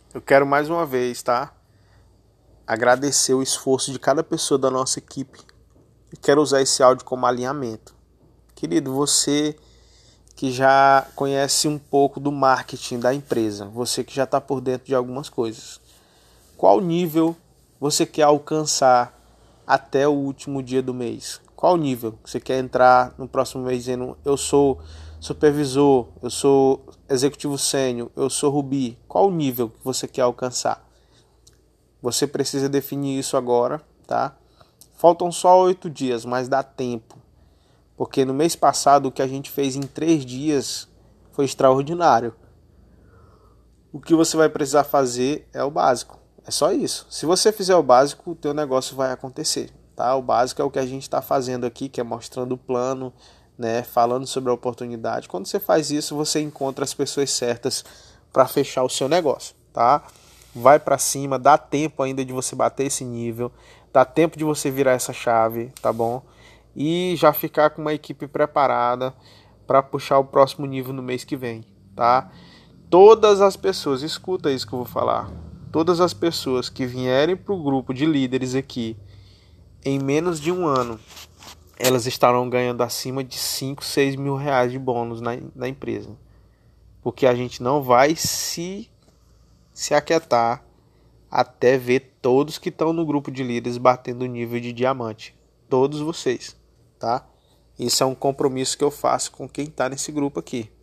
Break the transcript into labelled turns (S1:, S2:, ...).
S1: Eu quero mais uma vez, tá? Agradecer o esforço de cada pessoa da nossa equipe. E quero usar esse áudio como alinhamento. Querido, você que já conhece um pouco do marketing da empresa, você que já está por dentro de algumas coisas, qual nível você quer alcançar até o último dia do mês? Qual nível você quer entrar no próximo mês dizendo eu sou supervisor, eu sou executivo sênior, eu sou Rubi? Qual nível que você quer alcançar? Você precisa definir isso agora, tá? Faltam só 8 dias, mas dá tempo. Porque no mês passado o que a gente fez em 3 dias foi extraordinário. O que você vai precisar fazer é o básico. É só isso. Se você fizer o básico, o teu negócio vai acontecer. Tá? O básico é o que a gente está fazendo aqui, que é mostrando o plano, né? Falando sobre a oportunidade. Quando você faz isso, você encontra as pessoas certas para fechar o seu negócio. Tá? Vai para cima, dá tempo ainda de você bater esse nível, dá tempo de você virar essa chave, tá bom? E já ficar com uma equipe preparada para puxar o próximo nível no mês que vem, tá? Todas as pessoas, escuta isso que eu vou falar, todas as pessoas que vierem para o grupo de líderes aqui em menos de um ano, elas estarão ganhando acima de 5, 6 mil reais de bônus na empresa. Porque a gente não vai se aquietar até ver todos que estão no grupo de líderes batendo o nível de diamante. Todos vocês, tá? Isso é um compromisso que eu faço com quem está nesse grupo aqui.